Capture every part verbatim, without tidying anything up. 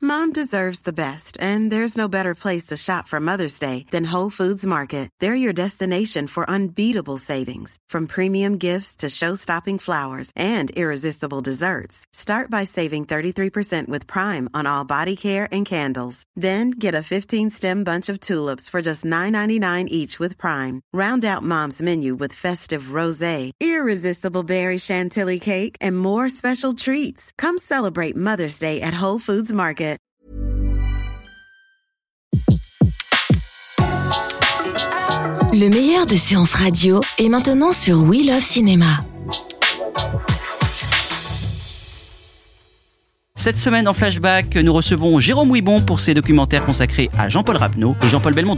Mom deserves the best, and there's no better place to shop for Mother's Day than Whole Foods Market. They're your destination for unbeatable savings, from premium gifts to show-stopping flowers and irresistible desserts. Start by saving thirty-three percent with Prime on all body care and candles. Then get a fifteen-stem bunch of tulips for just nine ninety-nine each with Prime. Round out Mom's menu with festive rosé, irresistible berry chantilly cake, and more special treats. Come celebrate Mother's Day at Whole Foods Market. Le meilleur de séances radio est maintenant sur We Love Cinéma. Cette semaine en Flashback, nous recevons Jérôme Ouibon pour ses documentaires consacrés à Jean-Paul Rapneau et Jean-Paul Belmondo.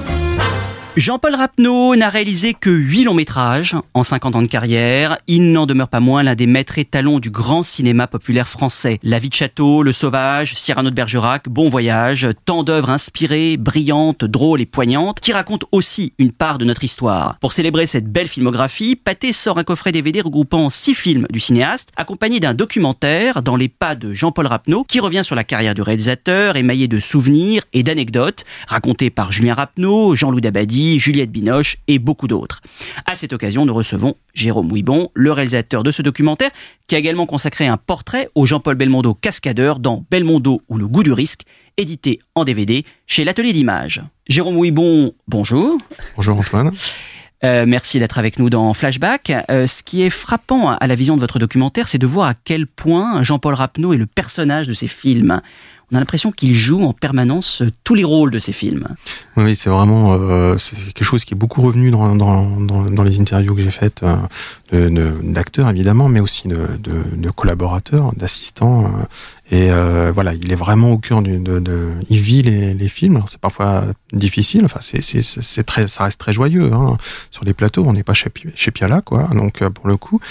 Jean-Paul Rapneau n'a réalisé que huit longs métrages en cinquante ans de carrière. Il n'en demeure pas moins l'un des maîtres étalons du grand cinéma populaire français. La vie de château, Le Sauvage, Cyrano de Bergerac, Bon Voyage, tant d'œuvres inspirées, brillantes, drôles et poignantes, qui racontent aussi une part de notre histoire. Pour célébrer cette belle filmographie, Pathé sort un coffret D V D regroupant six films du cinéaste, accompagné d'un documentaire dans les pas de Jean-Paul Rapneau, qui revient sur la carrière du réalisateur, émaillé de souvenirs et d'anecdotes, racontés par Julien Rapneau, Jean-Loup Dabadi, Juliette Binoche et beaucoup d'autres. À cette occasion, nous recevons Jérôme Ouibon, le réalisateur de ce documentaire, qui a également consacré un portrait au Jean-Paul Belmondo cascadeur dans Belmondo ou le goût du risque, édité en D V D chez l'Atelier d'Images. Jérôme Ouibon, bonjour. Bonjour Antoine. Euh, merci d'être avec nous dans Flashback. Euh, ce qui est frappant à la vision de votre documentaire, c'est de voir à quel point Jean-Paul Rapneau est le personnage de ces films. On a l'impression qu'il joue en permanence tous les rôles de ces films. Oui, c'est vraiment euh, c'est quelque chose qui est beaucoup revenu dans, dans, dans, dans les interviews que j'ai faites euh, de, de, d'acteurs évidemment, mais aussi de, de, de collaborateurs, d'assistants. Euh, et euh, voilà, il est vraiment au cœur du, de, de, il vit les, les films. Alors, c'est parfois difficile. Enfin, c'est, c'est, c'est très, ça reste très joyeux hein. Sur les plateaux. On n'est pas chez, chez Piala, quoi. Donc pour le coup,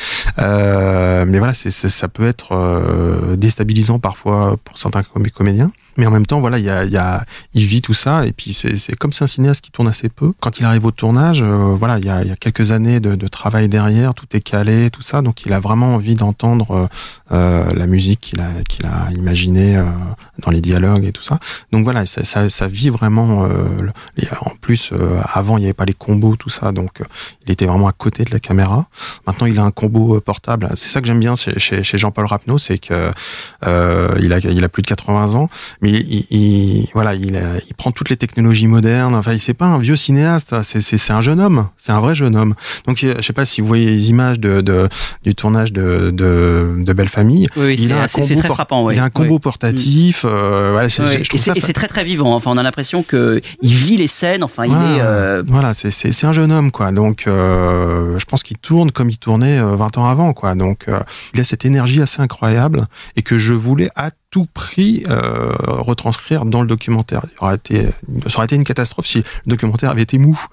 euh, mais voilà, c'est, c'est, ça peut être euh, déstabilisant parfois pour certains comédiens. Mais en même temps, voilà, il y a, il y a, il vit tout ça, et puis c'est, c'est comme c'est un cinéaste qui tourne assez peu. Quand il arrive au tournage, euh, voilà, il y a, il y a quelques années de, de travail derrière, tout est calé, tout ça, donc il a vraiment envie d'entendre euh, la musique qu'il a, qu'il a imaginée euh, dans les dialogues et tout ça. Donc voilà, ça, ça, ça vit vraiment. Euh, les, en plus, euh, avant, il n'y avait pas les combos, tout ça, donc euh, il était vraiment à côté de la caméra. Maintenant, il a un combo portable. C'est ça que j'aime bien chez, chez, chez Jean-Paul Rapneau, c'est que euh, il a, il a plus de quatre-vingts ans. Mais il, il, voilà, il, il prend toutes les technologies modernes. Enfin, c'est pas un vieux cinéaste. C'est, c'est, c'est un jeune homme. C'est un vrai jeune homme. Donc, je sais pas si vous voyez les images de, de du tournage de, de, de Belle Famille. Oui, oui il c'est, a un c'est, c'est très por- frappant. Oui. Il a un combo oui. portatif. Mmh. Euh, ouais, c'est, oui. je trouve et, ça c'est, et c'est très très vivant. Enfin, on a l'impression que il vit les scènes. Enfin, voilà, il est. Euh... Voilà, c'est, c'est, c'est un jeune homme, quoi. Donc, euh, je pense qu'il tourne comme il tournait vingt ans avant, quoi. Donc, euh, il a cette énergie assez incroyable et que je voulais à tout prix euh, retranscrire dans le documentaire. Il aurait été, ça aurait été une catastrophe si le documentaire avait été mou.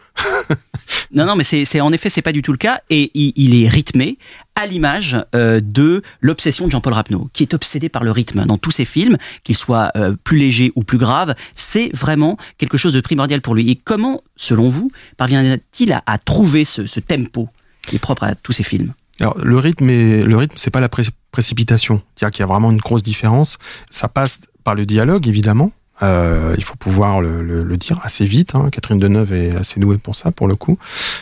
non, non, mais c'est, c'est en effet, c'est pas du tout le cas, et il, il est rythmé à l'image euh, de l'obsession de Jean-Paul Rapneau, qui est obsédé par le rythme dans tous ses films, qu'ils soient euh, plus légers ou plus graves. C'est vraiment quelque chose de primordial pour lui. Et comment, selon vous, parvient-il à, à trouver ce, ce tempo qui est propre à tous ses films ? Alors, le rythme, est, le rythme, c'est pas la pré- précipitation. C'est-à-dire qu'il y a vraiment une grosse différence. Ça passe par le dialogue, évidemment. Euh, il faut pouvoir le, le, le dire assez vite. Hein. Catherine Deneuve est assez douée pour ça, pour le coup.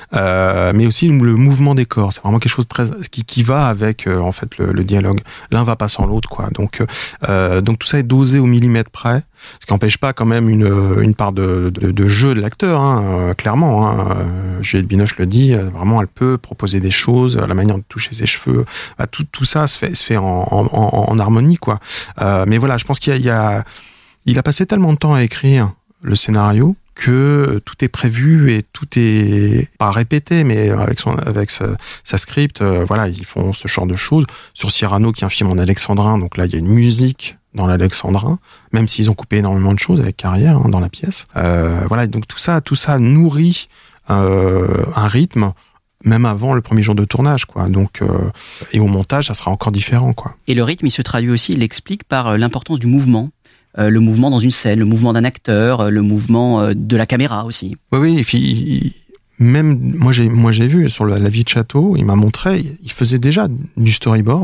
Euh, mais aussi le mouvement des corps. C'est vraiment quelque chose de très qui, qui va avec euh, en fait le, le dialogue. L'un va pas sans l'autre, quoi. Donc, euh, donc tout ça est dosé au millimètre près. Ce qui n'empêche pas quand même une, une part de, de, de jeu de l'acteur, hein, euh, clairement. Hein. Euh, Juliette Binoche le dit, euh, vraiment, elle peut proposer des choses, la manière de toucher ses cheveux, bah, tout, tout ça se fait, se fait en, en, en, en harmonie, quoi. Euh, mais voilà, je pense qu'il y a, il y a, il a passé tellement de temps à écrire le scénario que tout est prévu et tout est pas répété, mais avec son, avec sa, sa script, euh, voilà, ils font ce genre de choses. Sur Cyrano, qui est un film en alexandrin, donc là, il y a une musique dans l'alexandrin, même s'ils ont coupé énormément de choses avec Carrière hein, dans la pièce. Euh, voilà, donc tout ça, tout ça nourrit euh, un rythme, même avant le premier jour de tournage, quoi. Donc, euh, et au montage, ça sera encore différent, quoi. Et le rythme, il se traduit aussi, il l'explique par l'importance du mouvement. Euh, le mouvement dans une scène, le mouvement d'un acteur, le mouvement euh, de la caméra aussi. Oui, oui, et puis il, même moi j'ai, moi j'ai vu sur la, la vie de château, il m'a montré, il faisait déjà du storyboard,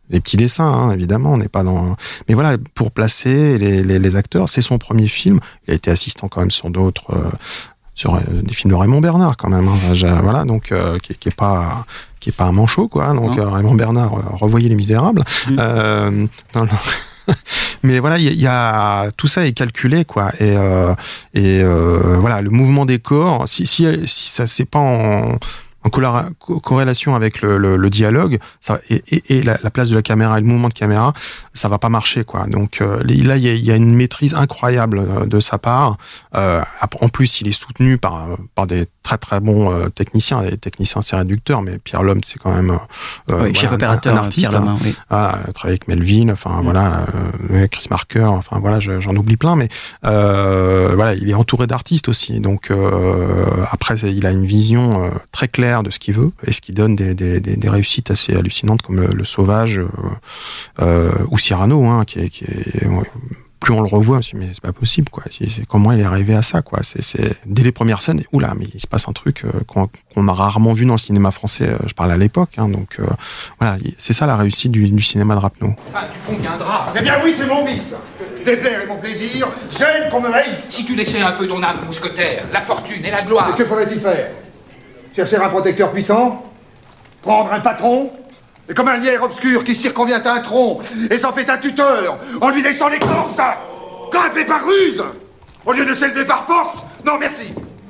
des petits dessins, hein, évidemment, on n'est pas dans... Mais voilà, pour placer les, les, les acteurs, c'est son premier film. Il a été assistant quand même sur d'autres... Euh, sur euh, des films de Raymond Bernard, quand même. Hein, voilà, donc, euh, qui, qui est pas... qui est pas un manchot, quoi. Donc, euh, Raymond Bernard, euh, revoyez Les Misérables. Mmh. Euh, dans le... Mais voilà, il y, y a tout ça est calculé, quoi. Et euh, et euh, voilà, le mouvement des corps, si si si ça c'est pas en en corréla- corrélation avec le, le, le dialogue, ça et, et, et la, la place de la caméra et le mouvement de caméra, ça va pas marcher, quoi. Donc euh, là, il y a, y a une maîtrise incroyable de sa part. Euh, en plus, il est soutenu par par des très très bons euh, techniciens. Les techniciens, c'est réducteur, mais Pierre Lhomme, c'est quand même euh, oui, chef voilà, opérateur, un, un artiste. Pierre Lhomme, oui. Ah, travaillé avec Melvin, enfin mmh. voilà, euh, Chris Marker, enfin voilà, je, j'en oublie plein, mais euh, voilà, il est entouré d'artistes aussi. Donc euh, après, il a une vision euh, très claire de ce qu'il veut et ce qui donne des, des, des, des réussites assez hallucinantes comme le, le Sauvage euh, euh, ou Cyrano, hein, qui est, qui est ouais, plus on le revoit, mais c'est pas possible, quoi. C'est, c'est comment il est arrivé à ça, quoi. C'est, c'est dès les premières scènes, oula, mais il se passe un truc euh, qu'on, qu'on a rarement vu dans le cinéma français. Euh, je parle à l'époque, hein, donc euh, voilà, c'est ça la réussite du, du cinéma de Rapneau. Enfin, tu conviendras. Eh bien oui, c'est mon vice. Déplaire est mon plaisir. J'aime qu'on me haïsse. Si tu laissais un peu ton âme mousquetaire, la fortune et la gloire. Et que faudrait-il faire? Chercher un protecteur puissant? Prendre un patron? Et comme un lierre obscur qui circonvient un tronc et s'en fait un tuteur en lui laissant l'écorce, grimper par ruse au lieu de s'élever par force. Non, merci.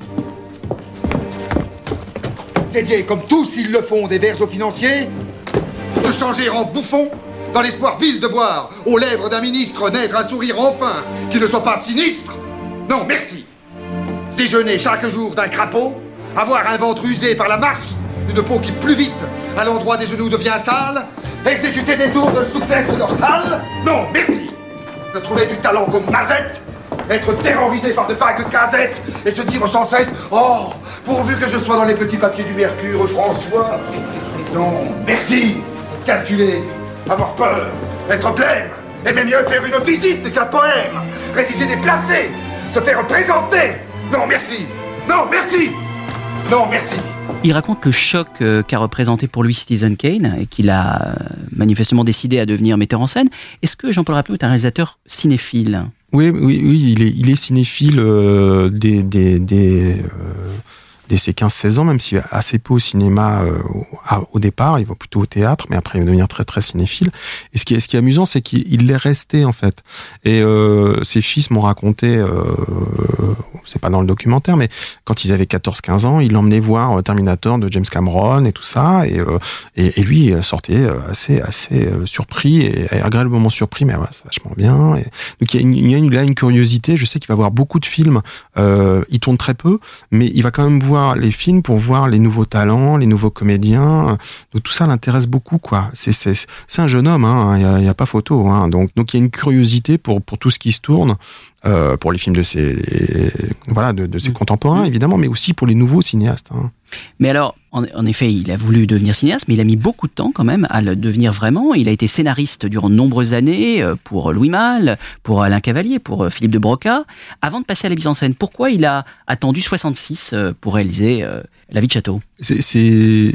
Dédier, comme tous ils le font, des vers aux financiers, se changer en bouffon dans l'espoir vil de voir aux lèvres d'un ministre naître un sourire enfin qui ne soit pas sinistre. Non, merci. Déjeuner chaque jour d'un crapaud, avoir un ventre usé par la marche, une peau qui plus vite à l'endroit des genoux devient sale, exécuter des tours de souplesse dorsale. Non, merci. De trouver du talent comme Mazette, être terrorisé par de vagues casettes et se dire sans cesse « Oh, pourvu que je sois dans les petits papiers du Mercure, François !» Non, merci. Calculer, avoir peur, être blême, aimer mieux faire une visite qu'un poème, rédiger des placés, se faire présenter. Non, merci. Non, merci. Non, merci. Il raconte le choc euh, qu'a représenté pour lui Citizen Kane et qu'il a euh, manifestement décidé à devenir metteur en scène. Est-ce que Jean-Paul Rapneau est un réalisateur cinéphile ? Oui, oui, oui, il est, il est cinéphile euh, des, des, des, euh, dès ses quinze seize ans, même s'il va assez peu au cinéma euh, au, au départ, il va plutôt au théâtre, mais après il va devenir très très cinéphile. Et ce qui est, ce qui est amusant, c'est qu'il l'est resté en fait. Et euh, ses fils m'ont raconté, euh, c'est pas dans le documentaire, mais quand ils avaient quatorze quinze ans, il l'emmenait voir Terminator de James Cameron et tout ça, et, euh, et, et lui sortait assez assez surpris et, et agréablement surpris, mais ouais, c'est vachement bien. Et donc il y a, une, il y a une, là une curiosité. Je sais qu'il va voir beaucoup de films. Euh, il tourne très peu, mais il va quand même voir les films pour voir les nouveaux talents, les nouveaux comédiens. Donc tout ça l'intéresse beaucoup, quoi. C'est c'est c'est un jeune homme, hein. Il y a, il y a pas photo, hein. Donc donc il y a une curiosité pour pour tout ce qui se tourne. Euh, pour les films de ses, voilà, de, de ses mmh. contemporains, évidemment, mais aussi pour les nouveaux cinéastes. Hein. Mais alors, en, en effet, il a voulu devenir cinéaste, mais il a mis beaucoup de temps quand même à le devenir vraiment. Il a été scénariste durant de nombreuses années pour Louis Malle, pour Alain Cavalier, pour Philippe de Broca, avant de passer à la mise en scène. Pourquoi il a attendu soixante-six pour réaliser euh, La vie de château ? C'est... c'est...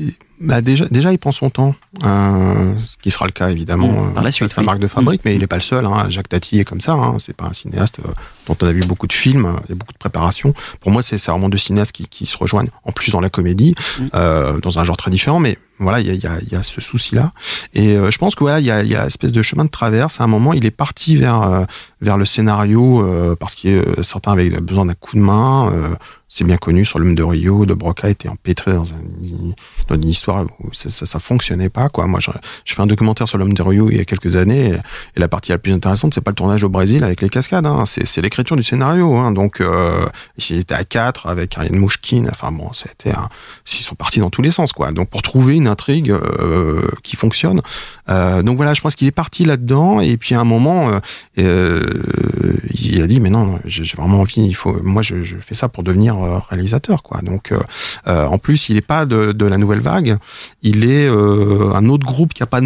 Bah déjà, déjà, il prend son temps, euh, ce qui sera le cas évidemment. Mmh, par la suite, c'est sa oui. marque de fabrique, mmh. mais il n'est pas le seul. Hein. Jacques Tati est comme ça. Hein. C'est pas un cinéaste euh, dont on a vu beaucoup de films, il y a beaucoup de préparation. Pour moi, c'est, c'est vraiment deux cinéastes qui, qui se rejoignent, en plus dans la comédie, mmh. euh, dans un genre très différent, mais voilà, il y a, y a, y a ce souci-là. Et euh, je pense que voilà, il y a, y a une espèce de chemin de traverse. À un moment, il est parti vers euh, vers le scénario euh, parce que euh, certains avaient besoin d'un coup de main. Euh, c'est bien connu sur l'homme de Rio, de Broca était empêtré dans, un, dans une histoire où ça, ça, ça fonctionnait pas, quoi. Moi, je, je fais un documentaire sur l'homme de Rio il y a quelques années, et, et la partie la plus intéressante, c'est pas le tournage au Brésil avec les cascades, hein, c'est, c'est l'écriture du scénario, hein. Donc, euh, ils étaient à quatre avec Ariane Mouchkine, enfin bon, c'était un, ils sont partis dans tous les sens, quoi. Donc, pour trouver une intrigue euh, qui fonctionne, euh, donc voilà, je pense qu'il est parti là-dedans, et puis à un moment, euh, euh, il a dit, mais non, j'ai, j'ai vraiment envie, il faut, moi, je, je fais ça pour devenir réalisateur, quoi. Donc euh, euh, en plus il est pas de, de la nouvelle vague, il est euh, un autre groupe qui a pas de nom,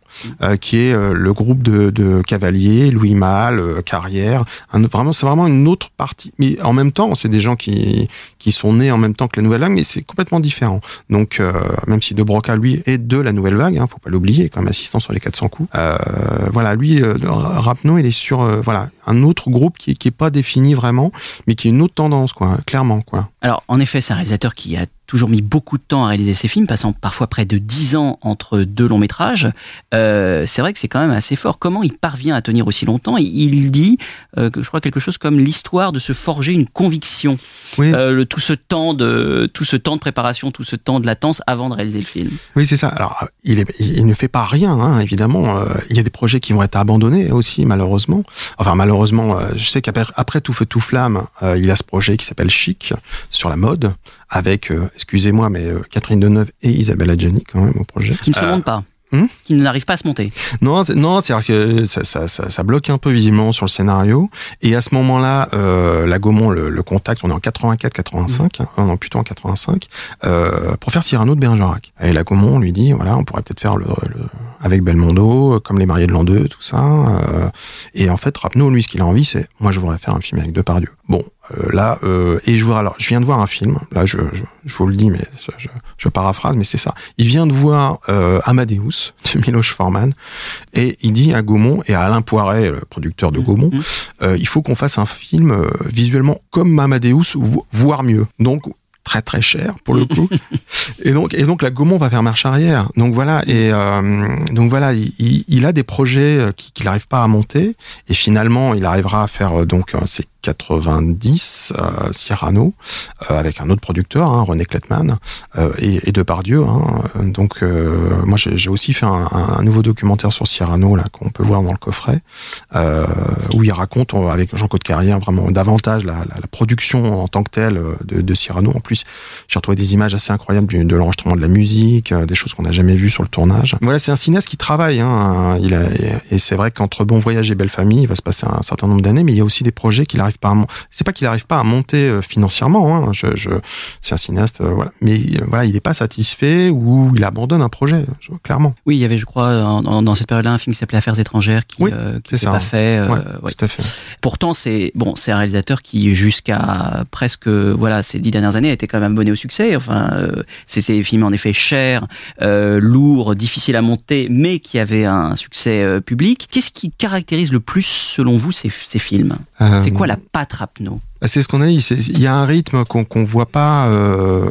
euh, qui est euh, le groupe de, de Cavalier, Louis Malle, euh, Carrière. Un, vraiment, c'est vraiment une autre partie. Mais en même temps, c'est des gens qui qui sont nés en même temps que la Nouvelle Vague, mais c'est complètement différent. Donc, euh, même si De Broca, lui, est de la Nouvelle Vague, hein, faut pas l'oublier, quand même assistant sur les quatre cents coups. Euh, voilà, lui, euh, Rapneau, il est sur euh, voilà un autre groupe qui qui est pas défini vraiment, mais qui est une autre tendance, quoi, clairement, quoi. Alors, en effet, c'est un réalisateur qui a toujours mis beaucoup de temps à réaliser ses films, passant parfois près de dix ans entre deux longs métrages. Euh, c'est vrai que c'est quand même assez fort. Comment il parvient à tenir aussi longtemps ? Il dit, euh, que je crois quelque chose comme l'histoire de se forger une conviction. Oui. Euh, le, tout ce temps de tout ce temps de préparation, tout ce temps de latence avant de réaliser le film. Oui, c'est ça. Alors, il, est, il ne fait pas rien, hein, évidemment. Euh, il y a des projets qui vont être abandonnés aussi, malheureusement. Enfin, malheureusement, euh, je sais qu'après après Tout feu tout flamme, euh, il a ce projet qui s'appelle Chic sur la mode, avec, euh, excusez-moi, mais euh, Catherine Deneuve et Isabelle Adjani quand même au projet. Qui ne se euh, montent pas. Hmm qui n'arrive pas à se monter. Non, c'est, non, c'est que ça, ça, ça, ça bloque un peu visiblement sur le scénario. Et à ce moment-là, euh, la Gaumont le, le contacte. On est en quatre-vingt-quatre quatre-vingt-cinq, mmh. hein, non plutôt en quatre-vingt-cinq, euh, pour faire Cyrano de Bergerac. Et la Gaumont lui dit, voilà, on pourrait peut-être faire le, le avec Belmondo, comme Les Mariés de l'an deux, tout ça. Euh, et en fait, Rapneau, lui, ce qu'il a envie, c'est, moi, je voudrais faire un film avec Depardieu. Bon, euh, là, euh, et je vois, alors, je viens de voir un film. Là, je, je, je vous le dis, mais je, je, je paraphrase, mais c'est ça. Il vient de voir euh, Amadeus de Miloš Forman, et il dit à Gaumont et à Alain Poiret, le producteur de Gaumont, mmh. euh, il faut qu'on fasse un film euh, visuellement comme Amadeus, voire mieux. Donc très très cher pour le coup. et donc et donc la Gaumont va faire marche arrière. Donc voilà et euh, donc voilà, il, il, il a des projets qu'il n'arrive pas à monter, et finalement il arrivera à faire donc ces quatre-vingt-dix euh, Cyrano euh, avec un autre producteur, hein, René Klettmann, euh, et, et Depardieu. Hein. Donc euh, moi j'ai, j'ai aussi fait un, un nouveau documentaire sur Cyrano là qu'on peut voir dans le coffret, euh, où il raconte avec Jean-Claude Carrière vraiment davantage la, la, la production en tant que telle de, de Cyrano. En plus, j'ai retrouvé des images assez incroyables de, de l'enregistrement de la musique, des choses qu'on n'a jamais vues sur le tournage. Voilà, c'est un cinéaste qui travaille. Hein. Il a, et c'est vrai qu'entre Bon Voyage et Belle Famille, il va se passer un certain nombre d'années, mais il y a aussi des projets qu'il arrive pas à, c'est pas qu'il arrive pas à monter euh, financièrement, hein. je, je, c'est un cinéaste, euh, voilà. Mais euh, voilà, il est pas satisfait ou il abandonne un projet, je, clairement. Oui, il y avait, je crois, en, dans cette période-là, un film qui s'appelait Affaires étrangères qui, oui, euh, qui s'est pas fait. Euh, ouais, ouais. Tout à fait. Pourtant, c'est bon, c'est un réalisateur qui, jusqu'à presque, voilà, ces dix dernières années, a été quand même abonné au succès. Enfin, euh, c'est ces films en effet chers, euh, lourds, difficiles à monter, mais qui avaient un succès euh, public. Qu'est-ce qui caractérise le plus, selon vous, ces, ces films ? euh... C'est quoi la patte Rapneau ? C'est ce qu'on a dit. Il y a un rythme qu'on qu'on voit pas. Euh...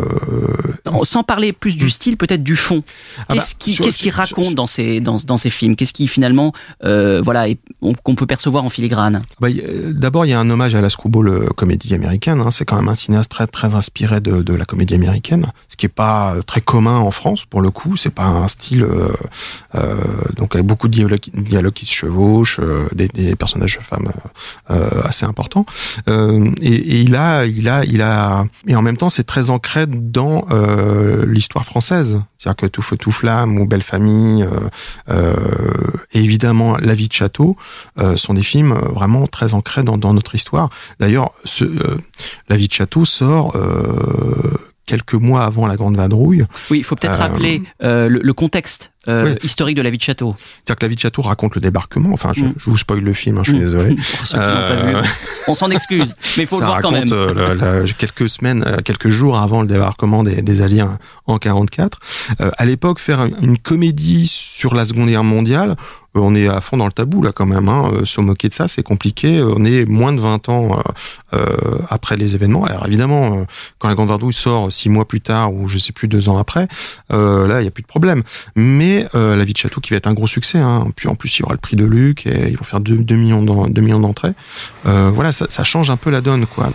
Sans parler plus du style, peut-être du fond. Qu'est-ce ah bah, qui, sur, qu'est-ce qui sur, raconte sur, dans ces dans dans ces films ? Qu'est-ce qui finalement, euh, voilà, est, on, qu'on peut percevoir en filigrane ? Bah, d'abord, il y a un hommage à la screwball comédie américaine. Hein. C'est quand même un cinéaste très très inspiré de, de la comédie américaine, ce qui est pas très commun en France pour le coup. C'est pas un style euh, euh, donc avec beaucoup de dialogues, dialogues qui se chevauchent, euh, des, des personnages de femmes euh, assez importants. Euh, Et, et il a, il a, il a, et en même temps, c'est très ancré dans euh, l'histoire française. C'est-à-dire que Tout feu tout flamme ou Belle Famille, euh, euh, et évidemment La vie de château, euh, sont des films vraiment très ancrés dans, dans notre histoire. D'ailleurs, ce, euh, La vie de château sort euh, quelques mois avant la Grande Vadrouille. Oui, il faut peut-être euh, rappeler euh, le, le contexte. Euh, oui. Historique de La vie de château. C'est-à-dire que La vie de château raconte le débarquement. Enfin, je, mm. je vous spoil le film, hein, je suis mm. désolé. Pour ceux qui euh... n'ont pas vu, on s'en excuse, mais il faut le voir quand même. Ça raconte euh, le, quelques semaines, quelques jours avant le débarquement des, des Alliés en quarante-quatre. Euh, à l'époque, faire une comédie sur la Seconde Guerre mondiale, euh, on est à fond dans le tabou là quand même. Hein. Euh, se moquer de ça, c'est compliqué. On est moins de vingt ans euh, euh, après les événements. Alors évidemment, euh, quand la Grande Vadrouille sort six mois plus tard ou je sais plus deux ans après, euh, là il y a plus de problème. Mais Euh, La vie de château qui va être un gros succès, hein. Puis en plus il y aura le prix de Luc et ils vont faire deux millions d'entrées. Euh, voilà, ça, ça change un peu la donne, quoi.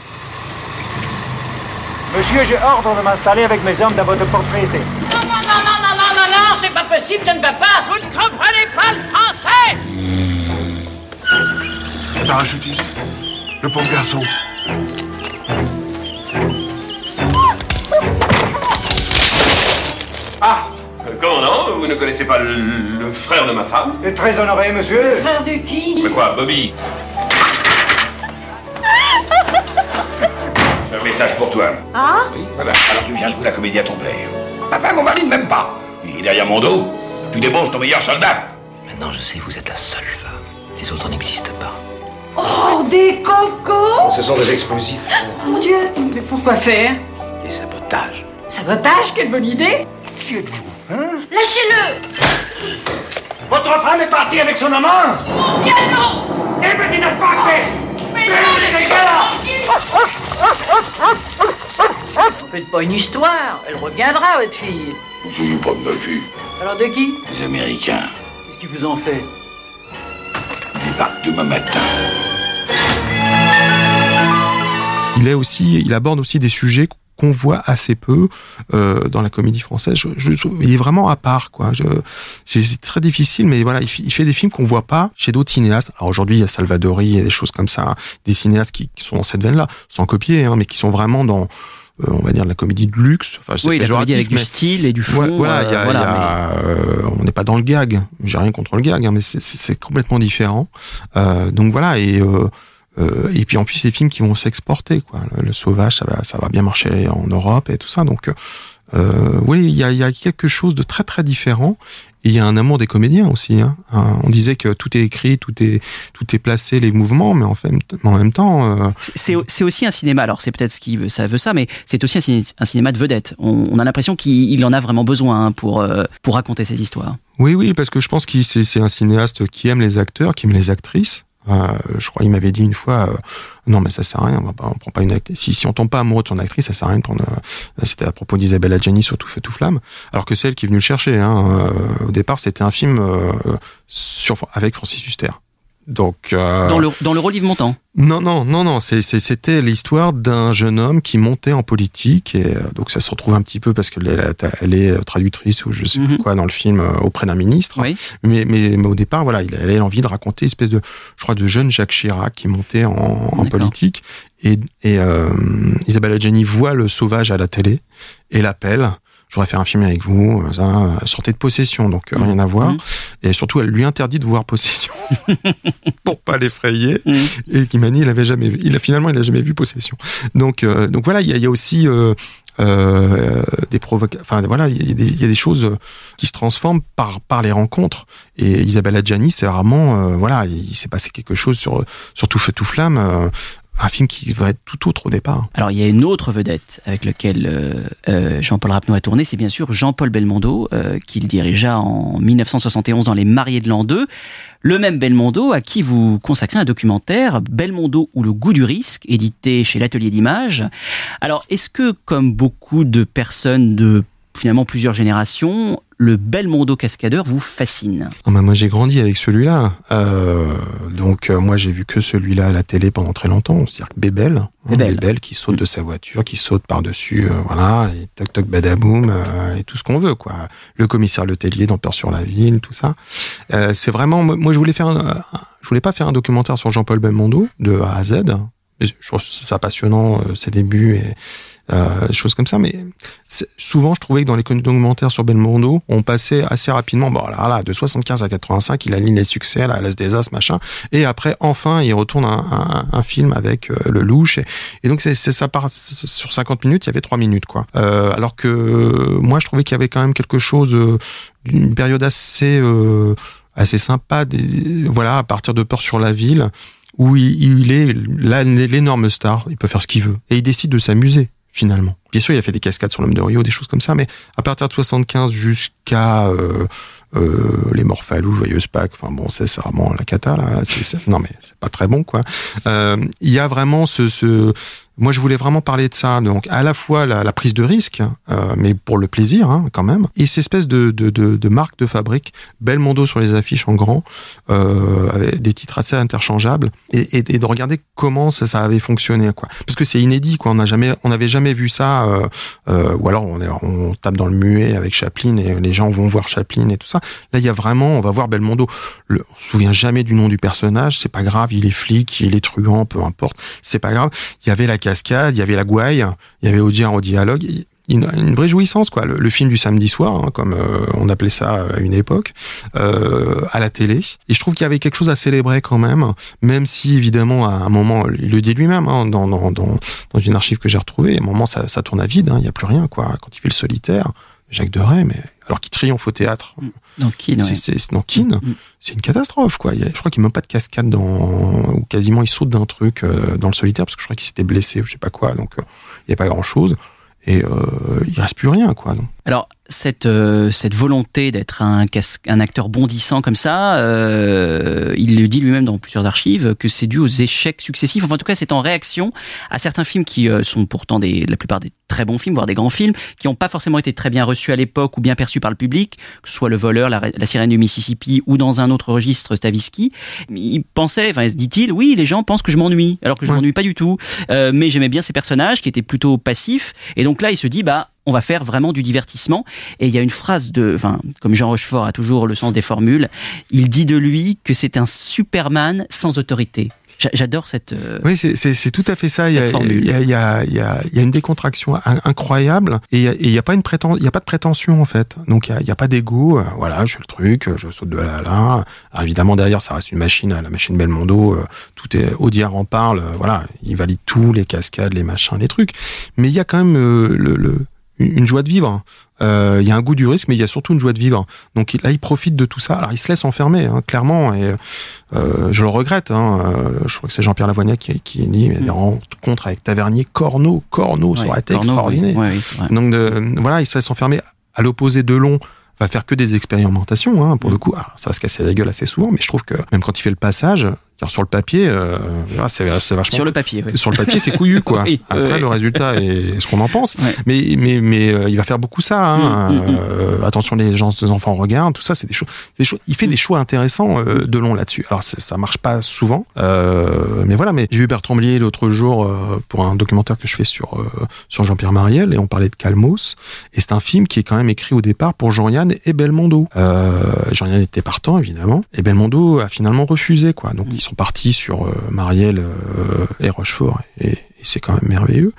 Monsieur, j'ai ordre de m'installer avec mes hommes dans votre propriété. Non, non, non, non, non, non, non, non, c'est pas possible, je ne veux pas. Vous ne comprenez pas le français. Le parachutiste, le pauvre garçon. Ah. Comment non? Vous ne connaissez pas le, le frère de ma femme? Et très honoré, monsieur. Le frère de qui? Mais quoi, Bobby? J'ai un message pour toi. Ah? Oui, voilà. Alors tu viens jouer la comédie à ton père. Papa, mon mari ne m'aime pas. Il est derrière mon dos. Tu débauches ton meilleur soldat. Maintenant, je sais, vous êtes la seule femme. Les autres n'existent pas. Oh, des cocos! Ce sont des explosifs. Mon Dieu, mais pourquoi faire? Des sabotages. Sabotage, quelle bonne idée! Qui êtes-vous, hein? Lâchez-le! Votre femme est partie avec son amant! Mon piano! Eh ben, c'est n'est pas acté! Mais non, faites pas une histoire, elle reviendra, votre fille. Vous ne souvenez pas de ma vie. Alors de qui? Les Américains. Qu'est-ce qu'ils vous ont fait? Ils débarquent demain matin. Il est aussi, il aborde aussi des sujets qu'on voit assez peu euh, dans la comédie française. Je, je, il est vraiment à part, quoi. Je, c'est très difficile, mais voilà, il, il fait des films qu'on voit pas chez d'autres cinéastes. Alors aujourd'hui, il y a Salvadori, il y a des choses comme ça, hein, des cinéastes qui, qui sont dans cette veine-là, sans copier, hein, mais qui sont vraiment dans, euh, on va dire, de la comédie de luxe. Enfin, oui, la comédie avec mais, du style et du fond. Voilà, il y a, euh, voilà, y a, mais... euh, on n'est pas dans le gag. J'ai rien contre le gag, hein, mais c'est, c'est, c'est complètement différent. Euh, donc voilà, et euh, Euh, et puis en plus, c'est des films qui vont s'exporter, quoi. Le, le Sauvage, ça va, ça va bien marcher en Europe et tout ça. Donc, euh, oui, il y a, il y a quelque chose de très très différent. Et il y a un amour des comédiens aussi. Hein. On disait que tout est écrit, tout est tout est placé, les mouvements, mais en fait, en même temps, euh... c'est, c'est aussi un cinéma. Alors c'est peut-être ce qui veut, ça veut ça, mais c'est aussi un cinéma, un cinéma de vedette. On, on a l'impression qu'il en a vraiment besoin hein, pour euh, pour raconter ces histoires. Oui, oui, parce que je pense que c'est, c'est un cinéaste qui aime les acteurs, qui aime les actrices. Euh, je crois, il m'avait dit une fois, euh, non, mais ça sert à rien, on, va pas, on prend pas une actrice. Si, si on tombe pas amoureux de son actrice, ça sert à rien de prendre, euh, c'était à propos d'Isabelle Adjani sur Tout feu, tout flamme. Alors que c'est elle qui est venue le chercher, hein. Euh, au départ, c'était un film, euh, sur, avec Francis Huster. Donc, euh... dans le, dans le rôle d'Yves Montand. Non, non, non, non, c'est, c'est, c'était l'histoire d'un jeune homme qui montait en politique et euh, donc ça se retrouve un petit peu parce qu'elle est, elle est traductrice ou je sais mm-hmm. plus quoi dans le film euh, auprès d'un ministre. Oui. Mais, mais, mais au départ, voilà, il avait l'envie de raconter une espèce de, je crois, de jeune Jacques Chirac qui montait en, en politique et, et euh, Isabelle Adjani voit le Sauvage à la télé et l'appelle. Je voudrais faire un film avec vous, ça, sortez de Possession, donc mmh. rien à voir. Mmh. Et surtout, elle lui interdit de voir Possession pour pas l'effrayer. Mmh. Et qui m'a dit, il avait jamais vu. Il a finalement, il a jamais vu Possession. Donc, euh, donc voilà, il y a, il y a aussi euh, euh, des provocations. Enfin, voilà, il y a des, il y a des choses qui se transforment par par les rencontres. Et Isabelle Adjani, c'est vraiment, euh, voilà, il s'est passé quelque chose sur sur Tout feu, tout flamme. Euh, un film qui va être tout autre au départ. Alors, il y a une autre vedette avec laquelle euh, euh, Jean-Paul Rapneau a tourné, c'est bien sûr Jean-Paul Belmondo, euh, qu'il dirigea en dix-neuf cent soixante et onze dans Les Mariés de l'an deux. Le même Belmondo à qui vous consacrez un documentaire, Belmondo ou le goût du risque, édité chez l'Atelier d'Images. Alors, est-ce que, comme beaucoup de personnes de finalement plusieurs générations, le Belmondo cascadeur vous fascine? Oh bah moi j'ai grandi avec celui-là, euh, donc euh, moi j'ai vu que celui-là à la télé pendant très longtemps, c'est-à-dire Bébel, hein, Bébel. Bébel qui saute mmh. de sa voiture, qui saute par-dessus, euh, voilà, et toc toc badaboum, euh, et tout ce qu'on veut, quoi. Le commissaire Letellier dans Peur sur la ville, tout ça. Euh, c'est vraiment, moi je voulais faire, un, je voulais pas faire un documentaire sur Jean-Paul Belmondo de A à Z. Je trouve ça passionnant, euh, ses débuts et euh, des choses comme ça, mais souvent je trouvais que dans les documentaires sur Belmondo, on passait assez rapidement, bon là, là de soixante-quinze à quatre-vingt-cinq, il aligne les succès, la L'As des As, machin, et après enfin il retourne un, un, un film avec euh, le louche, et, et donc c'est, c'est ça part sur cinquante minutes, il y avait trois minutes quoi. Euh, alors que euh, moi je trouvais qu'il y avait quand même quelque chose euh, d'une période assez euh, assez sympa, des, voilà, à partir de Peur sur la ville, où il, il est là, l'énorme star, il peut faire ce qu'il veut, et il décide de s'amuser. Finalement. Bien sûr, il a fait des cascades sur l'Homme de Rio, des choses comme ça, mais à partir de soixante-quinze jusqu'à euh, euh, les Morphalous, Joyeuse Pâques, enfin bon, c'est, c'est vraiment la cata, là. C'est, c'est, non, mais c'est pas très bon, quoi. Euh, il y a vraiment ce, ce... Moi, je voulais vraiment parler de ça. Donc, à la fois la, la prise de risque, euh, mais pour le plaisir, hein, quand même, et cette espèce de, de, de, de marque de fabrique, Belmondo sur les affiches en grand, euh, avec des titres assez interchangeables, et, et, et de regarder comment ça, ça avait fonctionné, quoi. Parce que c'est inédit, quoi. On n'a jamais, on n'avait jamais vu ça, euh, euh, ou alors on, est, on tape dans le muet avec Chaplin et les gens vont voir Chaplin et tout ça. Là, il y a vraiment, on va voir Belmondo. Le, on se souvient jamais du nom du personnage, c'est pas grave, il est flic, il est truand, peu importe, c'est pas grave. Il y avait la cascade, il y avait la gouaille, il y avait Audiard au dialogue, une, une vraie jouissance, quoi. Le, le film du samedi soir, hein, comme euh, on appelait ça à une époque, euh, à la télé. Et je trouve qu'il y avait quelque chose à célébrer quand même, même si évidemment à un moment, il le dit lui-même, hein, dans, dans, dans, dans une archive que j'ai retrouvée, à un moment ça, ça tourne à vide, hein, il n'y a plus rien, quoi. Quand il fait le solitaire, Jacques Deray, mais alors qu'il triomphe au théâtre. Dans Keane, c'est, ouais. c'est, c'est dans Keane, mmh. c'est une catastrophe, quoi. Il y a, je crois qu'il n'y a même pas de cascade dans, ou quasiment il saute d'un truc euh, dans le solitaire parce que je crois qu'il s'était blessé ou je sais pas quoi, donc euh, il n'y a pas grand chose. Et euh, il reste plus rien, quoi. Donc. Alors cette euh, cette volonté d'être un un acteur bondissant comme ça, euh, il le dit lui-même dans plusieurs archives que c'est dû aux échecs successifs. Enfin, en tout cas, c'est en réaction à certains films qui euh, sont pourtant des la plupart des très bons films, voire des grands films, qui n'ont pas forcément été très bien reçus à l'époque ou bien perçus par le public, que ce soit Le Voleur, La, la Sirène du Mississippi ou dans un autre registre, Stavisky. Il pensait, enfin, dit-il, oui, les gens pensent que je m'ennuie, alors que je ouais. m'ennuie pas du tout. Euh, mais j'aimais bien ces personnages qui étaient plutôt passifs. Et donc là, il se dit, bah on va faire vraiment du divertissement. Et il y a une phrase de, enfin, comme Jean Rochefort a toujours le sens des formules, il dit de lui que c'est un Superman sans autorité. J'adore cette. Euh, oui, c'est, c'est, c'est tout à fait ça. Il y a, il y a, il y a, il y a, il y a une décontraction incroyable et il y a pas une prétention, il y a pas de prétention en fait. Donc il y a, il y a pas d'ego. Euh, voilà, je fais le truc, je saute de là à là. Alors, évidemment derrière, ça reste une machine, la machine Belmondo. Euh, tout est, Audiard en parle. Euh, voilà, il valide tout, les cascades, les machins, les trucs. Mais il y a quand même euh, le, le, une joie de vivre. Euh, il y a un goût du risque, mais il y a surtout une joie de vivre. Donc là, il profite de tout ça. Alors, il se laisse enfermer, hein, clairement, et euh, je le regrette. Hein. Euh, je crois que c'est Jean-Pierre Lavoignac qui, qui dit mais des rencontres avec Tavernier, Corneau, Corneau, ça aurait été extraordinaire. Oui. Oui, c'est vrai. Donc de, voilà, il se laisse enfermer. À l'opposé de Delon, va faire que des expérimentations, hein, pour mmh. le coup. Alors, ça va se casser la gueule assez souvent, mais je trouve que même quand il fait le passage, sur le papier, euh, c'est, c'est vachement. Sur le papier, oui. Sur le papier, c'est couillu, quoi. Oui, Après, oui. le résultat est ce qu'on en pense. Ouais. Mais, mais, mais euh, il va faire beaucoup ça. Hein. Mmh, euh, mmh. Attention, les gens, les enfants regardent, tout ça, c'est des choses. Des choses il fait mmh. des choix intéressants euh, de long là-dessus. Alors, ça marche pas souvent, euh, mais voilà. Mais j'ai vu Bertrand Blier l'autre jour euh, pour un documentaire que je fais sur euh, sur Jean-Pierre Mariel et on parlait de Calmos. Et c'est un film qui est quand même écrit au départ pour Jean-Yann et Belmondo. Euh, Jean-Yann était partant, évidemment, et Belmondo a finalement refusé, quoi. Donc, mmh. ils sont partis sur euh, Mariel euh, et Rochefort et, et c'est quand même merveilleux.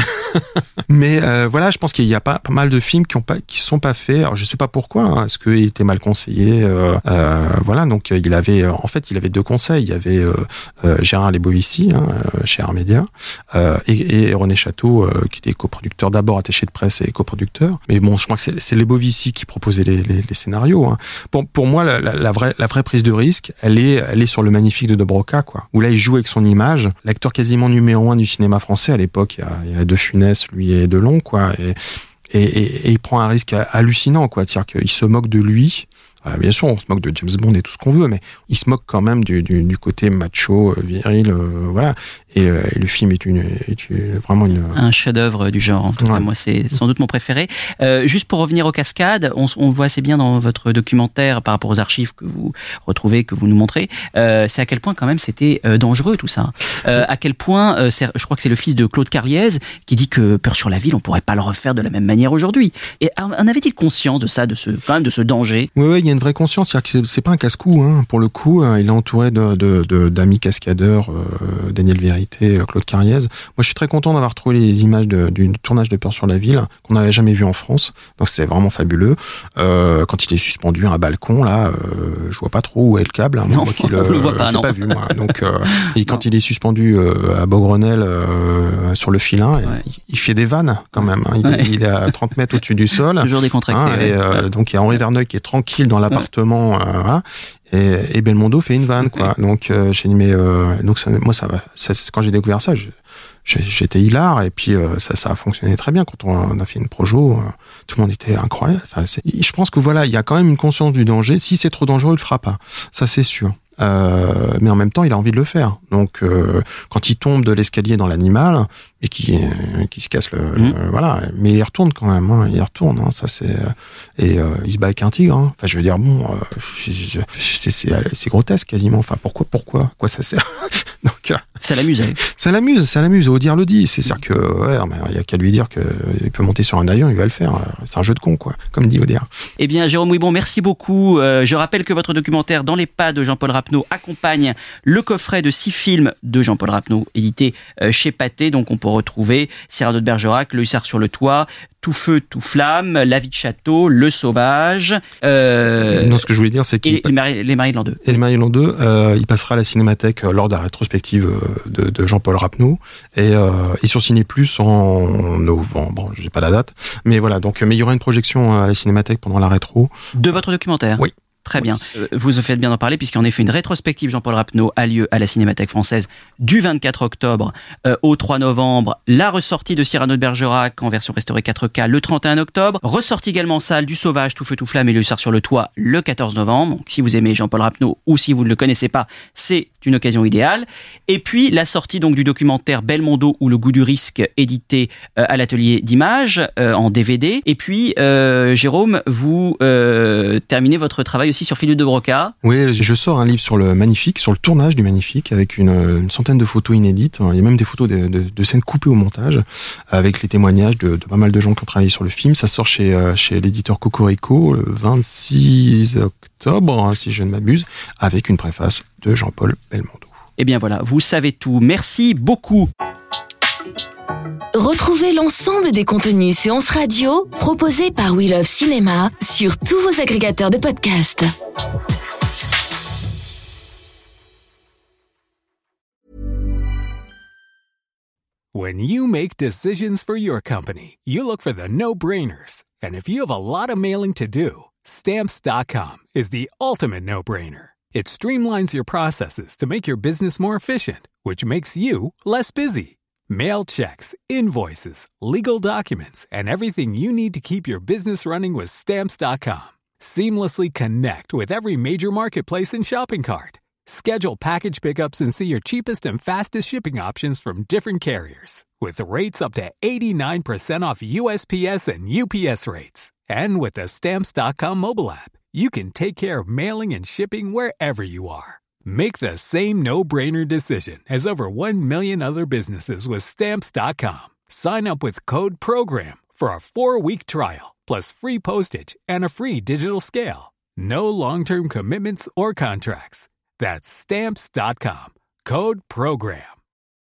Mais euh, voilà, je pense qu'il y a pas, pas mal de films qui ont pas, qui sont pas faits. Alors je sais pas pourquoi. Hein, est-ce qu'il était mal conseillé euh, euh, Voilà, donc il avait, en fait, il avait deux conseils. Il y avait euh, euh, Gérard Lebovici hein, chez Art Média euh, et, et René Château euh, qui était coproducteur, d'abord attaché de presse et coproducteur. Mais bon, je crois que c'est, c'est Lebovici qui proposait les, les, les scénarios. Hein. Pour, pour moi, la, la, la vraie, la vraie prise de risque, elle est, elle est sur Le Magnifique de De Broca, quoi. Où là, il joue avec son image, l'acteur quasiment numéro un du cinéma français à l'époque. Il y a, il y a De Funès, lui et Delon, quoi. Et, et, et, et il prend un risque hallucinant, quoi. C'est-à-dire qu'il se moque de lui. Euh, bien sûr, on se moque de James Bond et tout ce qu'on veut, mais il se moque quand même du, du, du côté macho, euh, viril, euh, voilà. Et, euh, et le film est, une, est une, vraiment une... un chef-d'œuvre du genre. En tout ouais. cas, moi, c'est sans doute mon préféré. Euh, juste pour revenir aux cascades, on, on voit assez bien dans votre documentaire par rapport aux archives que vous retrouvez, que vous nous montrez, euh, c'est à quel point quand même c'était euh, dangereux tout ça. Euh, à quel point, euh, c'est, je crois que c'est le fils de Claude Carriez qui dit que Peur sur la ville, on pourrait pas le refaire de la même manière aujourd'hui. Et en avait-il conscience de ça, de ce quand même de ce danger? Oui, oui, il y a une vraie conscience, c'est-à-dire que c'est, c'est pas un casse-cou, hein. Pour le coup, hein, il est entouré de, de, de, d'amis cascadeurs, euh, Daniel Vérité, Claude Carriez. Moi, je suis très content d'avoir trouvé les images de, du tournage de Peur sur la ville qu'on n'avait jamais vu en France. Donc, c'était vraiment fabuleux. Euh, quand il est suspendu à un balcon, là, euh, je vois pas trop où est le câble. Hein, non, moi, je le vois pas, j'ai non. pas vu, moi. Donc, euh, et quand non. il est suspendu euh, à Beaugrenelle euh, sur le filin, ouais. il, il fait des vannes quand même. Hein. Il, ouais. il est à trente mètres au-dessus du sol. Toujours décontracté. Hein, ouais. Et euh, ouais. donc, il y a Henri Verneuil qui est tranquille dans l'appartement. Ouais. Euh, voilà. Et, et Belmondo fait une vanne, quoi. Donc, euh, j'ai dit, mais euh, donc ça, moi, ça va. Ça, quand j'ai découvert ça, je, j'ai, j'étais hilar. Et puis, euh, ça, ça a fonctionné très bien. Quand on a fait une projo, euh, tout le monde était incroyable. Enfin, c'est, je pense que voilà, il y a quand même une conscience du danger. Si c'est trop dangereux, il le fera pas. Ça, c'est sûr. Euh, mais en même temps, il a envie de le faire. Donc, euh, quand il tombe de l'escalier dans l'animal et qui euh, qui se casse le, mmh. le voilà, mais il y retourne quand même. Hein, il y retourne. Hein, ça c'est et euh, il se bat avec un tigre. Hein. Enfin, je veux dire, bon, euh, c'est, c'est, c'est, c'est grotesque quasiment. Enfin, pourquoi, pourquoi, quoi ça sert? Donc, euh, ça l'amuse. Ça l'amuse, ça l'amuse. Audiard le dit. C'est sûr que ouais, il y a qu'à lui dire que il peut monter sur un avion, il va le faire. C'est un jeu de con, quoi, comme dit Audiard. Eh bien, Jérôme Ouibon, merci beaucoup. Euh, je rappelle que votre documentaire Dans les pas de Jean-Paul Rapneau accompagne le coffret de six films de Jean-Paul Rapneau, édité euh, chez Pathé. Donc, on peut retrouver Cyrano de Bergerac, Le Hussard sur le toit, Tout feu, tout flamme, La vie de château, Le sauvage. Euh, non, ce que je voulais dire, c'est qu'il et les maris, les maris de l'an deux. Et les maris de l'an deux, euh, il passera à la Cinémathèque lors de la rétrospective de, de Jean-Paul Rapneau et, euh, et sur Ciné Plus en novembre. J'ai pas la date, mais voilà. Donc, mais il y aura une projection à la Cinémathèque pendant la rétro. De votre documentaire. Oui. Très bien. Euh, vous faites bien d'en parler puisqu'en effet une rétrospective Jean-Paul Rapneau a lieu à la Cinémathèque française du vingt-quatre octobre euh, au trois novembre. La ressortie de Cyrano de Bergerac en version restaurée quatre K le trente et un octobre. Ressortie également en salle du Sauvage, Tout feu, tout flamme et Le hussard sur le toit le quatorze novembre. Donc, si vous aimez Jean-Paul Rapneau ou si vous ne le connaissez pas, c'est une occasion idéale. Et puis la sortie donc du documentaire Belmondo ou Le goût du risque édité euh, à l'atelier d'images euh, en D V D. Et puis euh, Jérôme, vous euh, terminez votre travail aussi sur Philippe de Broca. Oui, je sors un livre sur le Magnifique, sur le tournage du Magnifique, avec une, une centaine de photos inédites. Il y a même des photos de, de, de scènes coupées au montage, avec les témoignages de, de pas mal de gens qui ont travaillé sur le film. Ça sort chez, chez l'éditeur Cocorico le vingt-six octobre, si je ne m'abuse, avec une préface de Jean-Paul Belmondo. Eh bien voilà, vous savez tout. Merci beaucoup. Retrouvez l'ensemble des contenus Séance Radio proposés par We Love Cinéma sur tous vos agrégateurs de podcasts. When you make decisions for your company, you look for the no-brainers. And if you have a lot of mailing to do, Stamps dot com is the ultimate no-brainer. It streamlines your processes to make your business more efficient, which makes you less busy. Mail checks, invoices, legal documents, and everything you need to keep your business running with Stamps dot com. Seamlessly connect with every major marketplace and shopping cart. Schedule package pickups and see your cheapest and fastest shipping options from different carriers. With rates up to eighty-nine percent off U S P S and U P S rates. And with the Stamps dot com mobile app, you can take care of mailing and shipping wherever you are. Make the same no-brainer decision as over one million other businesses with Stamps dot com. Sign up with code PROGRAM for a four-week trial, plus free postage and a free digital scale. No long-term commitments or contracts. That's Stamps dot com. Code PROGRAM.